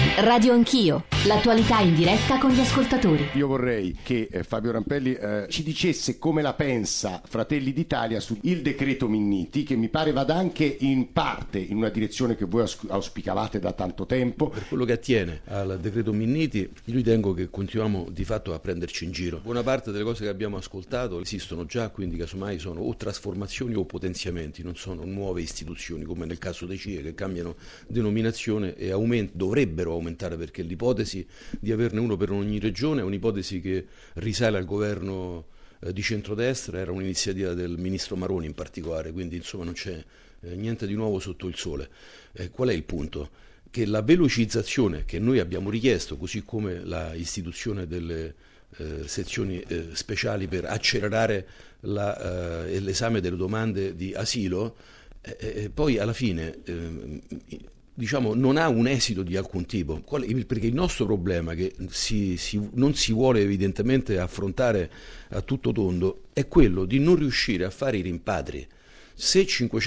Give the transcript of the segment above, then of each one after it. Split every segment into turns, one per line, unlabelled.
Radio Anch'io, l'attualità in diretta con gli ascoltatori.
Io vorrei che Fabio Rampelli ci dicesse come la pensa Fratelli d'Italia sul decreto Minniti, che mi pare vada anche in parte in una direzione che voi auspicavate da tanto tempo.
Per quello che attiene al decreto Minniti, io ritengo che continuiamo di fatto a prenderci in giro. Buona parte delle cose che abbiamo ascoltato esistono già, quindi casomai sono o trasformazioni o potenziamenti, non sono nuove istituzioni come nel caso dei CIE che cambiano denominazione e dovrebbero aumentare, perché l'ipotesi di averne uno per ogni regione è un'ipotesi che risale al governo di centrodestra, era un'iniziativa del ministro Maroni in particolare, quindi insomma non c'è niente di nuovo sotto il sole. Qual è il punto? Che la velocizzazione che noi abbiamo richiesto, così come la istituzione delle sezioni speciali per accelerare l'esame delle domande di asilo, poi alla fine diciamo non ha un esito di alcun tipo, perché il nostro problema, che non si vuole evidentemente affrontare a tutto tondo, è quello di non riuscire a fare i rimpatri. Se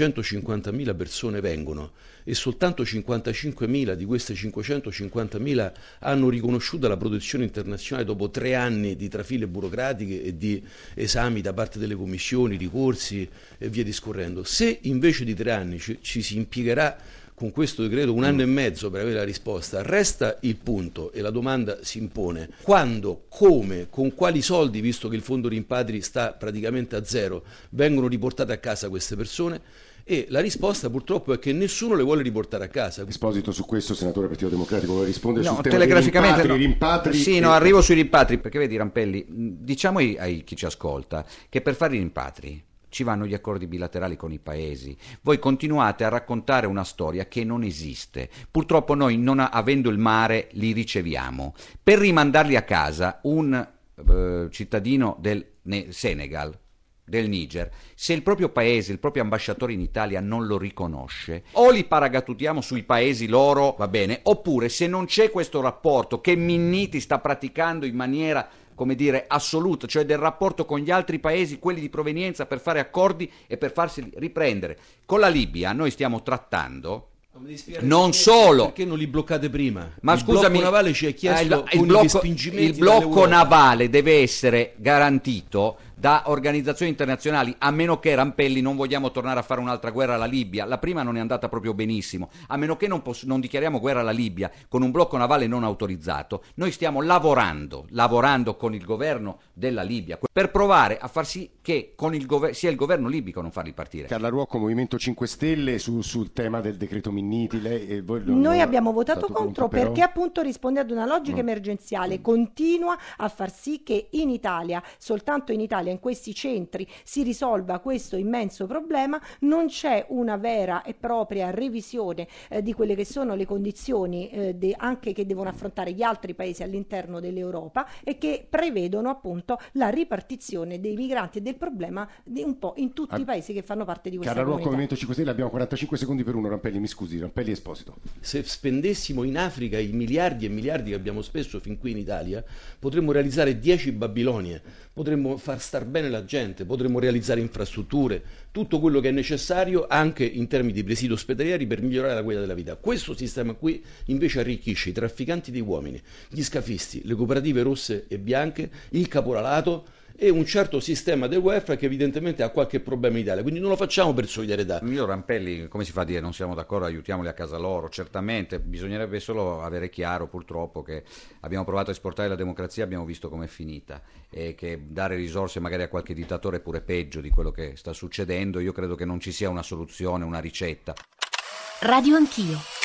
550.000 persone vengono e soltanto 55.000 di queste 550.000 hanno riconosciuto la protezione internazionale dopo 3 anni di trafile burocratiche e di esami da parte delle commissioni, ricorsi e via discorrendo, se invece di 3 anni ci si impiegherà con questo decreto 1 anno e mezzo per avere la risposta, resta il punto e la domanda si impone: quando, come, con quali soldi, visto che il fondo rimpatri sta praticamente a zero, vengono riportate a casa queste persone? E la risposta purtroppo è che nessuno le vuole riportare a casa.
Esposito su questo, senatore Partito Democratico, vuole rispondere sul tema
telegraficamente
dei rimpatri?
Sì, arrivo sui rimpatri, perché vedi Rampelli, diciamo a chi ci ascolta che per fare i rimpatri ci vanno gli accordi bilaterali con i paesi. Voi continuate a raccontare una storia che non esiste. Purtroppo noi, non avendo il mare, li riceviamo. Per rimandarli a casa, un cittadino del Senegal, del Niger, se il proprio paese, il proprio ambasciatore in Italia non lo riconosce, o li paragatutiamo sui paesi loro, va bene, oppure se non c'è questo rapporto che Minniti sta praticando in maniera, come dire, assoluta, cioè del rapporto con gli altri paesi, quelli di provenienza, per fare accordi e per farsi riprendere. Con la Libia noi stiamo trattando non solo
perché non li bloccate prima.
Ma scusami,
il blocco navale ci ha chiesto
il blocco navale deve essere garantito da organizzazioni internazionali, a meno che, Rampelli, non vogliamo tornare a fare un'altra guerra alla Libia. La prima non è andata proprio benissimo, a meno che non dichiariamo guerra alla Libia con un blocco navale non autorizzato. Noi stiamo lavorando con il governo della Libia per provare a far sì che sia il governo libico a non farli partire.
Carla Ruocco, Movimento 5 Stelle, sul tema del decreto Minniti.
Noi abbiamo votato contro perché appunto risponde ad una logica emergenziale, continua a far sì che in Italia, soltanto in Italia, in questi centri, si risolva questo immenso problema. Non c'è una vera e propria revisione di quelle che sono le condizioni anche che devono affrontare gli altri paesi all'interno dell'Europa, e che prevedono appunto la ripartizione dei migranti e del problema un po' in tutti i paesi che fanno parte di questa comunità.
Movimento 5 Stelle, abbiamo 45 secondi per uno. Rampelli, mi scusi, Rampelli Esposito.
Se spendessimo in Africa i miliardi e miliardi che abbiamo speso fin qui in Italia, potremmo realizzare 10 Babilonie, potremmo far star bene la gente, potremmo realizzare infrastrutture, tutto quello che è necessario anche in termini di presidi ospedalieri per migliorare la qualità della vita. Questo sistema qui invece arricchisce i trafficanti di uomini, gli scafisti, le cooperative rosse e bianche, il caporalato e un certo sistema del welfare che evidentemente ha qualche problema in Italia, quindi non lo facciamo per solidarietà.
Io, Rampelli, come si fa a dire non siamo d'accordo, aiutiamoli a casa loro? Certamente, bisognerebbe solo avere chiaro, purtroppo, che abbiamo provato a esportare la democrazia, abbiamo visto com'è finita, e che dare risorse magari a qualche dittatore è pure peggio di quello che sta succedendo. Io credo che non ci sia una soluzione, una ricetta.
Radio Anch'io.